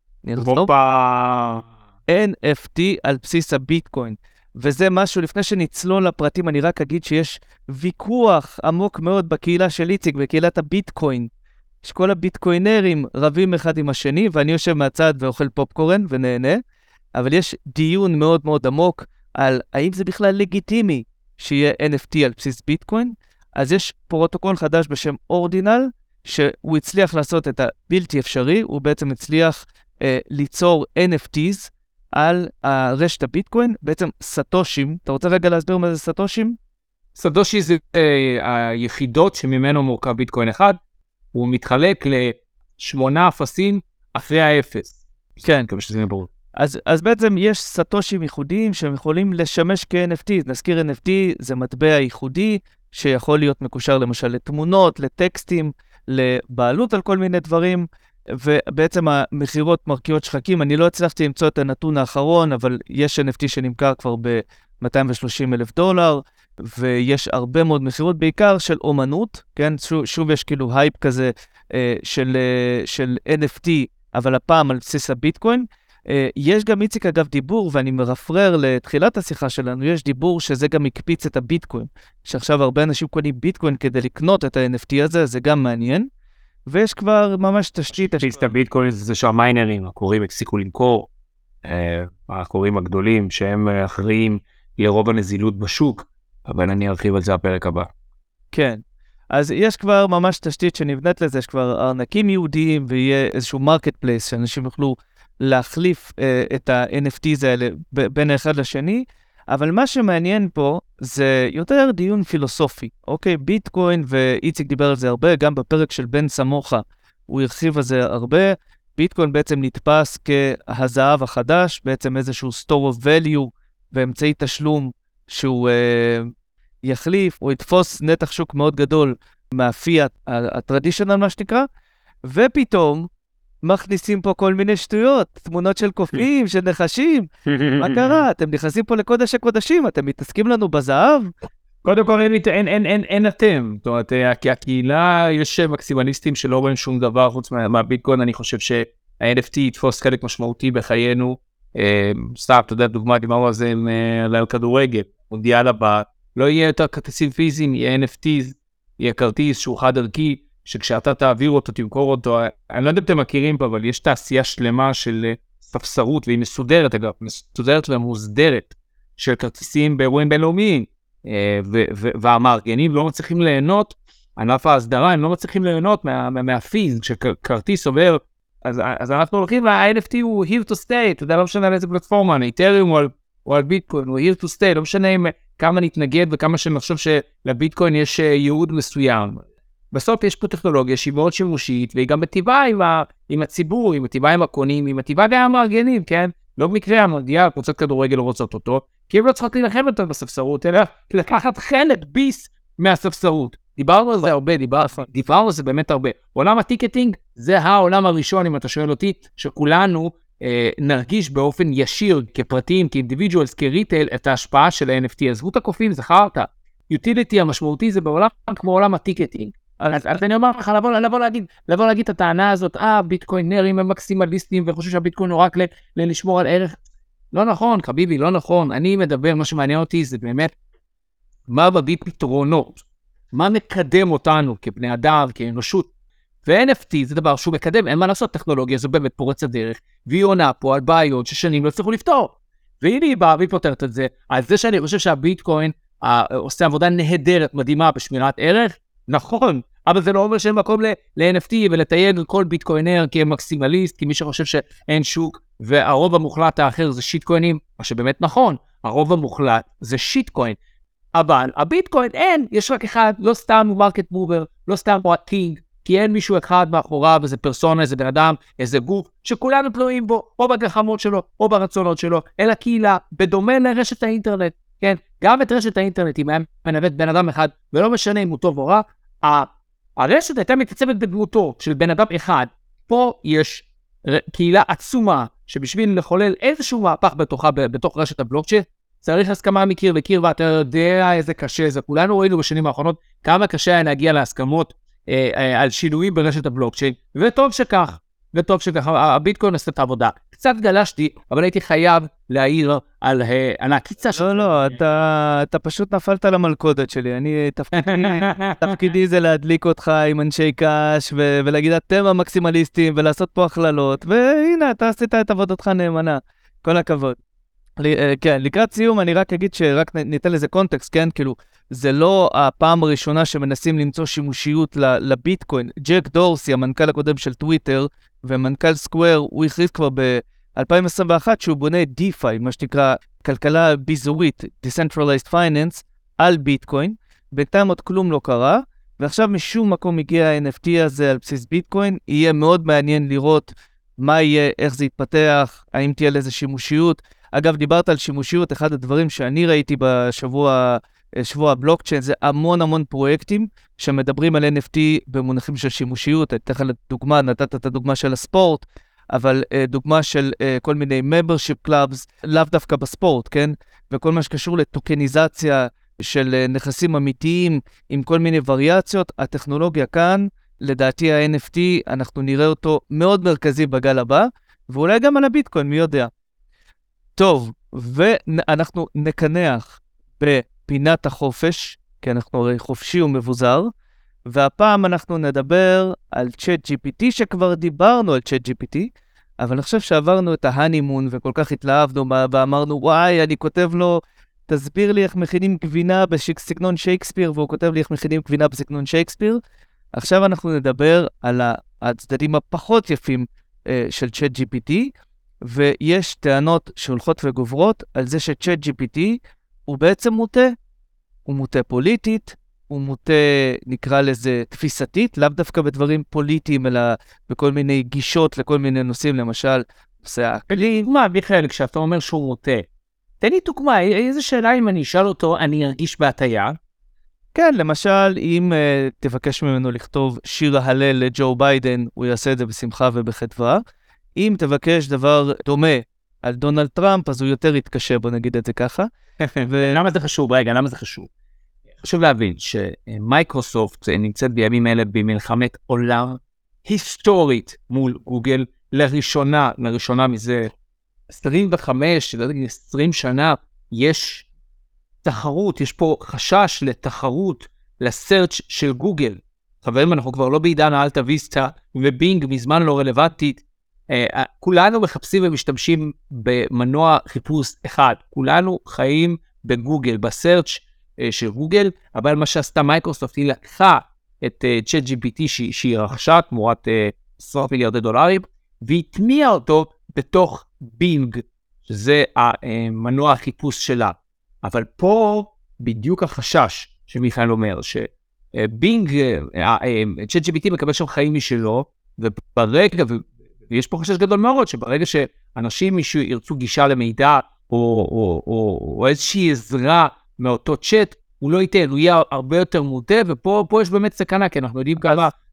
NFT על בסיס הביטקוין. וזה משהו, לפני שנצלול לפרטים, אני רק אגיד שיש ויכוח עמוק מאוד בקהילה של איציק, בקהילת הביטקוין. שכל הביטקוינרים רבים אחד עם השני, ואני יושב מהצד ואוכל פופקורן ונהנה. אבל יש דיון מאוד מאוד עמוק על האם זה בכלל לגיטימי שיהיה NFT על בסיס ביטקוין. אז יש פרוטוקול חדש בשם אורדינל, שהוא הצליח לעשות את הבלתי אפשרי, הוא בעצם הצליח ליצור NFTs על רשת הביטקוין, בעצם סטושים. אתה רוצה רגע להסביר מה זה סטושים? סטושי זה היחידות שממנו מורכב ביטקוין אחד, הוא מתחלק ל8 אפסים אחרי האפס. כן. כמה שזה ברור. אז בעצם יש סטושים ייחודיים שהם יכולים לשמש כ-NFT. נזכיר NFT זה מטבע ייחודי שיכול להיות מקושר למשל לתמונות, לטקסטים, לבעלות על כל מיני דברים, ובעצם המחירות מרקיעות שחקים. אני לא הצלחתי למצוא את הנתון האחרון, אבל יש NFT שנמכר כבר $230,000, ויש הרבה מאוד מחירות, בעיקר של אומנות, כן? שוב יש כאילו הייפ כזה של NFT, אבל הפעם על בסיס הביטקוין. יש גם איציק אגב דיבור, ואני מרפרר לתחילת השיחה שלנו, יש דיבור שזה גם הקפיץ את הביטקוין, שעכשיו הרבה אנשים קונים ביטקוין כדי לקנות את ה-NFT הזה, זה גם מעניין, ויש כבר ממש תשתית. הקפיץ את הביטקוין זה שהמיינרים, הקוראים הפסיקו למכור, הקוראים הגדולים שהם אחראים לרוב הנזילות בשוק, אבל אני ארחיב על זה הפרק הבא. כן. אז יש כבר ממש תשתית שנבנית לזה, יש כבר ארנקים יהודיים, ויהיה איזשהו מרקט פלייס שאנשים יוכלו להחליף את ה-NFTs האלה בין האחד לשני, אבל מה שמעניין פה זה יותר דיון פילוסופי, אוקיי? ביטקוין, ואיציק דיבר על זה הרבה, גם בפרק של בן סמוכה, הוא הרחיב על זה הרבה. ביטקוין בעצם נתפס כהזהב החדש, בעצם איזשהו store of value, ואמצעי תשלום שהוא יחליף, או יתפוס נתח שוק מאוד גדול מהפיאט הטרדישיונל, מה שנקרא, ופתאום מכניסים פה כל מיני שטויות, תמונות של קופים, של נחשים. מה קרה? אתם נכנסים פה לקודש הקודשים, אתם מתעסקים לנו בזהב? קודם כל אין אתם, זאת אומרת, כי הקהילה יש מקסימליסטים שלא רואים שום דבר חוץ מהביטקוין. אני חושב שה-NFT יתפוס חלק משמעותי בחיינו. סתם, אתה יודע, דוגמה, דיברנו על זה על כדורגל, מונדיאל הבא, לא יהיה יותר כרטיסים פיזיים, יהיה NFTs, יהיה כרטיס שהוא חד ערכי, שכשאתה תעביר אותו, תמכור אותו, אני לא יודע אם אתם מכירים פה, אבל יש תעשייה שלמה של ספסרות, והיא מסודרת אגב, מסודרת ומוסדרת, של כרטיסים באירועים בינלאומיים, והמארגנים לא מצליחים ליהנות, ענף ההסדרה, הם לא מצליחים ליהנות מהפיז, כשכרטיס עובר, אז אנחנו הולכים, ה-NFT הוא here to stay, אתה יודע, לא משנה על איזה פלטפורמה, איתריום או על ביטקוין, הוא here to stay, לא משנה כמה נתנגד וכמה שנחשוב שלביטקוין יש ייעוד מסוים. בסוף יש פה טכנולוגיה שהיא מאוד שימושית, והיא גם מטיבה עם הציבור, היא מטיבה עם הקונים, היא מטיבה גם עם המארגנים, כן? לא במקרה המונדיאל, קבוצות כדורגל לא רוצות אותו, כי הם לא צריכות להילחם יותר בספסרות, אלא לקחת חלק ביס מהספסרות. דיברנו על זה הרבה, דיברנו על זה באמת הרבה. עולם הטיקטינג זה העולם הראשון, אם אתה שואל אותי, שכולנו נרגיש באופן ישיר, כפרטים, כאינדיבידואלס, כריטייל, את ההשפעה של ה-NFT. אז זכות הקופים, זכרת, utility המשמעותי זה בעולם כמו עולם הטיקטינג. אז אני אומר לך, לבוא להגיד את הטענה הזאת, ביטקוינרים הם מקסימליסטים, וחושב שהביטקוין הוא רק לשמור על ערך. לא נכון, חביבי, לא נכון. אני מדבר, מה שמעניין אותי זה באמת, מה מביא פתרונות, מה מקדם אותנו כבני אדם, כאנושות. ו-NFT זה דבר שהוא מקדם, אין מה לעשות, טכנולוגיה זו באמת פורצת דרך, והיא עונה פה על בעיות ששנים לא צריכו לפתור. והנה היא באה והיא פותרת את זה. אז זה שאני חושב שהביטקוין עושה עבודה נהדרת, מדהימה בשמירת ערך, נכון, אבל זה לא אומר שאין מקום ל-NFT ולתייג כל ביטקוינר כמקסימליסט, כי מי שחושב שאין שוק, והרוב המוחלט האחר זה שיטקוינים, מה שבאמת נכון, הרוב המוחלט זה שיטקוין, אבל הביטקוין אין, יש רק אחד, לא סתם הוא מרקט מובר, לא סתם הוא הקינג, כי אין מישהו אחד מאחוריו, איזה פרסונה, איזה בן אדם, איזה גוף, שכולנו תלויים בו, או בגחמות שלו, או ברצונות שלו, אלא קהילה, בדומה לרשת האינטרנט, כן? גם את רשת האינטרנט, אם היה מנווט בן אדם אחד, ולא משנה אם הוא טוב או רע, הרשת הייתה מתייצבת בדמותו של בן אדם אחד. פה יש קהילה עצומה, שבשביל לחולל איזשהו מהפך בתוך רשת הבלוקצ'יין, צריך הסכמה מקיר לקיר, ואתה יודע איזה קשה זה. כולנו ראינו בשנים האחרונות כמה קשה היה להגיע להסכמות על שינויים ברשת הבלוקצ'יין, וטוב שכך, הביטקוין עושה את העבודה. קצת גלשתי, אבל הייתי חייב להעיר על העקיצה שלך. לא, אתה פשוט נפלת למלכודת שלי. תפקידי זה להדליק אותך עם אנשי קש, ולהגיד אתם המקסימליסטים, ולעשות פה הכללות, והנה, אתה עשית את עבודתך נאמנה. כל הכבוד. כן, לקראת סיום אני רק אגיד שרק ניתן לזה קונטקסט, כן? כאילו, זה לא הפעם הראשונה שמנסים למצוא שימושיות לביטקוין. ג'ק דורסי, המנכ"ל הקודם של טוויטר, ומנכ"ל סקוואר, הוא הכריז כבר ב-2021 שהוא בונה DeFi, מה שנקרא כלכלה ביזורית, Decentralized Finance, על ביטקוין. בינתיים עוד כלום לא קרה, ועכשיו משום מקום הגיע ה-NFT הזה על בסיס ביטקוין. יהיה מאוד מעניין לראות מה יהיה, איך זה יתפתח, האם תהיה לזה שימושיות. אגב, דיברת על שימושיות, אחד הדברים שאני ראיתי בשבוע הבלוקצ'יין, זה המון פרויקטים שמדברים על NFT במונחים של שימושיות. אתן לך דוגמה, נתת את הדוגמה של הספורט, אבל דוגמה של כל מיני membership clubs, לאו דווקא בספורט, כן? וכל מה שקשור לטוקניזציה של נכסים אמיתיים עם כל מיני וריאציות, הטכנולוגיה כאן, לדעתי ה-NFT, אנחנו נראה אותו מאוד מרכזי בגל הבא, ואולי גם על הביטקוין, מי יודע. טוב, ואנחנו נקנח בפינת החופש, כי אנחנו הרי חופשי ומבוזר, והפעם אנחנו נדבר על ChatGPT, שכבר דיברנו על ChatGPT, אבל אני חושב שעברנו את ההנימון וכל כך התלהבנו ואמרנו, וואי, אני כותב לו, תסביר לי איך מכינים גבינה בסגנון שייקספיר, והוא כותב לי איך מכינים גבינה בסגנון שייקספיר. עכשיו אנחנו נדבר על הצדדים הפחות יפים של ChatGPT, ויש טענות שהולכות וגוברות על זה ש-ChatGPT הוא בעצם מוטה, הוא מוטה פוליטית, הוא מוטה, נקרא לזה, תפיסתית, לאו דווקא בדברים פוליטיים, אלא בכל מיני גישות לכל מיני נושאים, למשל, נושא האקלים. דוגמה, מיכאל, כשאתה אומר שהוא מוטה, תן לי דוגמה, איזה שאלה אם אני אשאל אותו, אני ארגיש בהטיה? כן, למשל, אם תבקש ממנו לכתוב שיר ההלל לג'ו ביידן, הוא יעשה את זה בשמחה ובחדווה. אם תבקש דבר דומה על דונלד טראמפ, אז הוא יותר יתקשה, בוא נגיד את זה ככה. למה זה חשוב? רגע, למה זה חשוב? חשוב להבין שמייקרוסופט נמצאת בימים אלה במלחמת עולם היסטורית מול גוגל, לראשונה מזה 25, 20 שנה, יש תחרות, יש פה חשש לתחרות לסרצ' של גוגל. חברים, אנחנו כבר לא בעידן האלטה ויסטה, ובינג מזמן לא רלוונטית. כולנו מחפשים ומשתמשים במנוע חיפוש אחד. כולנו חיים בגוגל, בסרצ' של גוגל, אבל מה שעשתה מייקרוסופט היא לקחה את ChatGPT שהיא רכשה תמורת $10 מיליארד, והיא הטמיעה אותו בתוך בינג, שזה המנוע החיפוש שלה. אבל פה בדיוק החשש שמיכאל אומר, בינג, ChatGPT מקבל שם חיים משלו, וברגע, ויש פה חשש גדול מאוד, שברגע שאנשים ירצו גישה למידע, או איזושהי עזרה מאותו צ'אט, הוא לא ייתן, הוא יהיה הרבה יותר מוטה, ופה יש באמת סכנה, כי אנחנו יודעים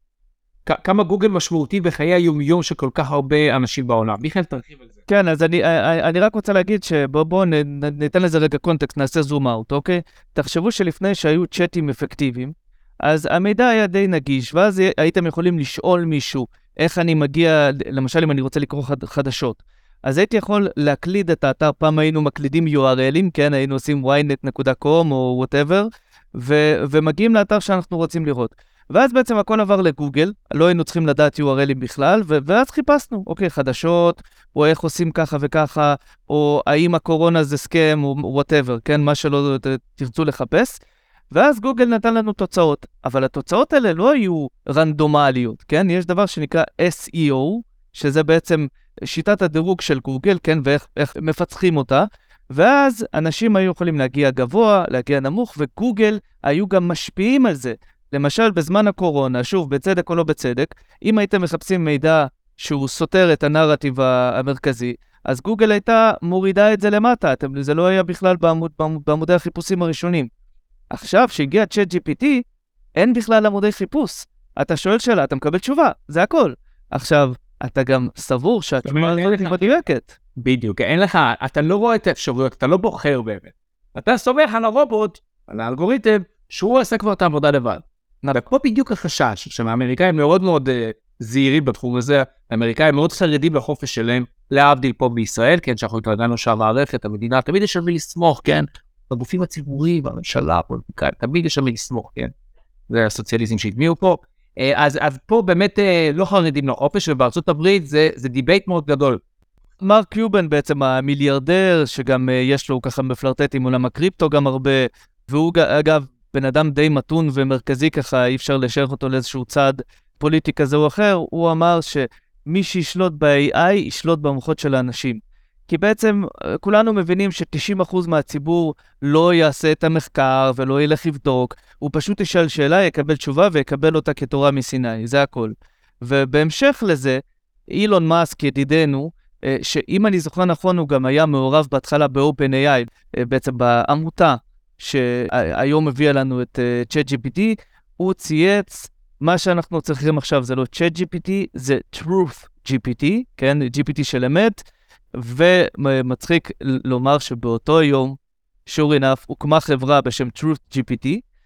כמה גוגל משמעותי בחיי היומיום של כל כך הרבה אנשים בעולם. מיכאל, תרחיב על זה. כן, אז אני רק רוצה להגיד שבואו ניתן לזה רגע קונטקסט, נעשה זום אאוט, אוקיי? תחשבו שלפני שהיו צ'אטים אפקטיביים, אז המידע היה די נגיש, ואז הייתם יכולים לשאול מישהו איך אני מגיע, למשל אם אני רוצה לקרוא חדשות. אז הייתי יכול להקליד את האתר, פעם היינו מקלידים URL'ים, כן, היינו עושים ynet.com או whatever, ומגיעים לאתר שאנחנו רוצים לראות. ואז בעצם הכל עבר לגוגל, לא היינו צריכים לדעת URL'ים בכלל, ואז חיפשנו, אוקיי, חדשות, או איך עושים ככה וככה, או האם הקורונה זה סקם, או whatever, כן, מה שלא תרצו לחפש. ואז גוגל נתן לנו תוצאות, אבל התוצאות האלה לא היו רנדומליות, כן? יש דבר שנקרא SEO, שזה בעצם שיטת הדירוג של גוגל, כן? ואיך מפצחים אותה, ואז אנשים היו יכולים להגיע גבוה, להגיע נמוך, וגוגל היו גם משפיעים על זה. למשל, בזמן הקורונה, שוב, בצדק או לא בצדק, אם הייתם מחפשים מידע שהוא סותר את הנרטיב המרכזי, אז גוגל הייתה מורידה את זה למטה, זה לא היה בכלל בעמודי החיפושים הראשונים. עכשיו, שהגיע ChatGPT, אין בכלל עמודי חיפוש. אתה שואל שאלה, אתה מקבל תשובה, זה הכל. עכשיו, אתה גם סבור שהתשובה הזאת היא מדויקת. בדיוק, אין לך, אתה לא רואה את האפשרויות, אתה לא בוחר באמת. אתה סומך על הרובוט, על האלגוריתם, שהוא עושה כבר את העבודה לבד. ופה בדיוק החשש, שהאמריקאים מאוד מאוד זהירים בתחום הזה, האמריקאים מאוד חרדים לחופש שלהם, להבדיל פה בישראל, כן, שאנחנו התרגלנו שהמערכת, המדינה, תמיד יש מי לסמוך, כן, בגופים הציבוריים, בממשלה, הפוליטיקאים, תמיד יש מי לסמוך, כן, זה הסוציאליזם שהטמיעו פה, אז פה באמת לא חרדים לחופש, ובארצות הברית זה דיבייט מאוד גדול. מרק קיובן בעצם המיליארדר, שגם יש לו ככה מפלרטט עם עולם הקריפטו גם הרבה, והוא אגב בן אדם די מתון ומרכזי ככה, אי אפשר לשייך אותו לאיזשהו צד פוליטי כזה או אחר, הוא אמר שמי שישלוט ב-AI ישלוט במוחות של האנשים. כי בעצם כולנו מבינים ש90% מהציבור לא יעשה את המחקר ולא ילך לבדוק, הוא פשוט ישאל שאלה, יקבל תשובה ויקבל אותה כתורה מסיני, זה הכל. ובהמשך לזה, אילון מאסק ידידנו, שאם אני זוכר נכון הוא גם היה מעורב בהתחלה ב-OpenAI, בעצם בעמותה שהיום הביאה לנו את ChatGPT, הוא צייץ, מה שאנחנו צריכים עכשיו זה לא ChatGPT, זה TruthGPT, כן, GPT של אמת, ומצחיק לומר שבאותו יום, sure enough, הוקמה חברה בשם TruthGPT,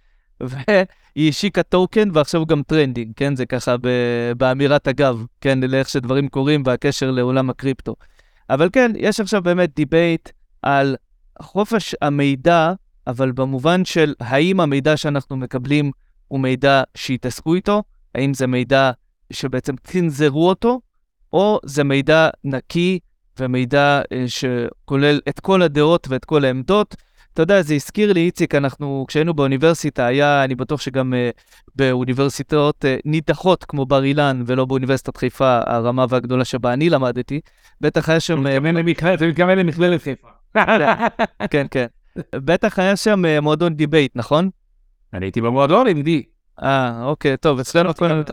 והיא השיקה טוקן, ועכשיו הוא גם טרנדינג, כן? זה ככה באמירת אגב, כן? לאיך שדברים קורים והקשר לעולם הקריפטו. אבל כן, יש עכשיו באמת דיבייט על חופש המידע, אבל במובן של האם המידע שאנחנו מקבלים הוא מידע שהתעסקו איתו, האם זה מידע שבעצם צנזרו אותו, או זה מידע נקי ומידע שכולל את כל הדעות ואת כל העמדות. אתה יודע, זה הזכיר לי, איציק, אנחנו, כשהיינו באוניברסיטה, אני בטוח שגם באוניברסיטאות נידחות כמו בר אילן, ולא באוניברסיטת חיפה, הרמה והגדולה שבה אני למדתי, בטח היה שם... זה מתכוון למכללת חיפה. כן, כן. בטח היה שם מועדון דיבייט, נכון? אני הייתי במועדון, נגדי. אוקיי, טוב, אצלנו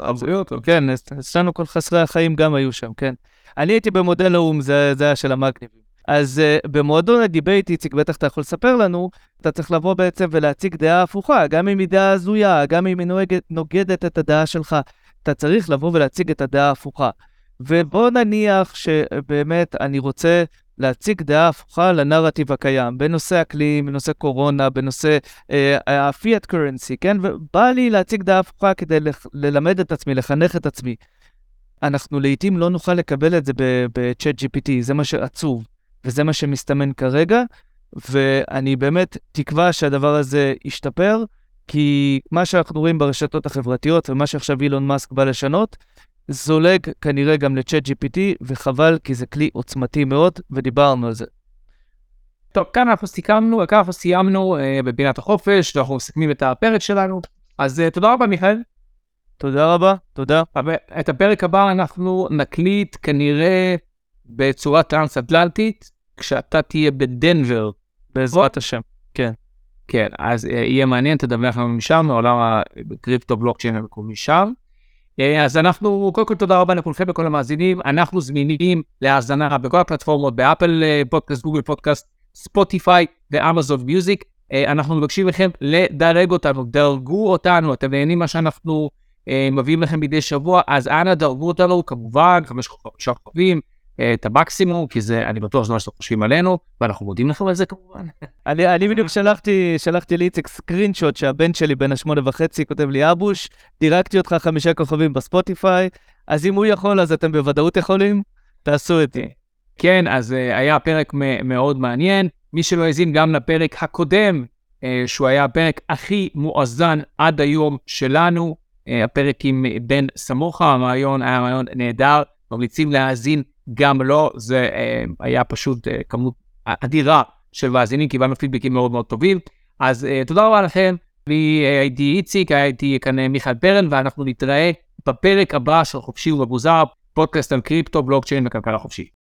כל חסרי החיים גם היו שם, כן. אני הייתי במודל האום, זה היה של המגניבים. אז במועדון הדיבייט, איציק, בטח אתה יכול לספר לנו, אתה צריך לבוא בעצם ולהציג דעה הפוכה, גם אם היא דעה הזויה, גם אם היא נוגדת את הדעה שלך, אתה צריך לבוא ולהציג את הדעה ההפוכה. ובוא נניח שבאמת אני רוצה להציג דעה הפוכה לנרטיב הקיים, בנושא אקלים, בנושא קורונה, בנושא הפיאט קורנסי, כן? ובא לי להציג דעה הפוכה כדי ללמד את עצמי, לחנך את עצמי. אנחנו לעתים לא נוכל לקבל את זה ב-ChatGPT, זה מה שעצוב, וזה מה שמסתמן כרגע, ואני באמת תקווה שהדבר הזה ישתפר, כי מה שאנחנו רואים ברשתות החברתיות, ומה שעכשיו אילון מאסק בא לשנות, זולג כנראה גם ל-ChatGPT, וחבל כי זה כלי עוצמתי מאוד, ודיברנו על זה. טוב, כאן אנחנו סיימנו בפינת החופש, ואנחנו מסכמים את הפרק שלנו, אז תודה רבה מיכאל. תודה רבה, תודה. את הפרק הבא אנחנו נקליט כנראה בצורה טרנס-אטלנטית, כשאתה תהיה בדנבר. בעזרת השם, כן. כן, אז יהיה מעניין, תדווח לנו משם, מעולם הקריפטו בלוקצ'יין המקומי שם. אז אנחנו, קודם כל תודה רבה לכולכם וכל המאזינים, אנחנו זמינים להאזנה בכל הפלטפורמות, באפל פודקאסט, גוגל פודקאסט, ספוטיפיי ואמזון מיוזיק. אנחנו מבקשים לכם לדרג אותנו, דרגו אותנו, אתם נהנים מה שאנחנו מביאים לכם מדי שבוע, אז אנא דרגו אותנו, כמובן, 5 כוכבים, את המקסימום, כי זה, אני בטוח שזה מה שאתם חושבים עלינו, ואנחנו מודים לכם על זה כמובן. אני בדיוק שלחתי לאיציק סקרינשוט שהבן שלי בן 8.5 כותב לי אבוש, דירקתי אותך 5 כוכבים בספוטיפיי, אז אם הוא יכול, אז אתם בוודאות יכולים, תעשו איתי. כן, אז היה פרק מאוד מעניין, מי שלא הזין גם לפרק הקודם, שהוא היה הפרק הכי מואזן עד היום שלנו, הפרק עם בן סמוכה, הרעיון היה רעיון נהדר, ממליצים להאזין גם לו, זה היה פשוט כמות אדירה של מאזינים, קיבלנו פידבקים מאוד מאוד טובים, אז תודה רבה לכם, הייתי איציק, הייתי כאן מיכאל פרן, ואנחנו נתראה בפרק הבא של חופשי ומבוזר, פודקאסט על קריפטו, בלוקצ'יין וכלכלה חופשית.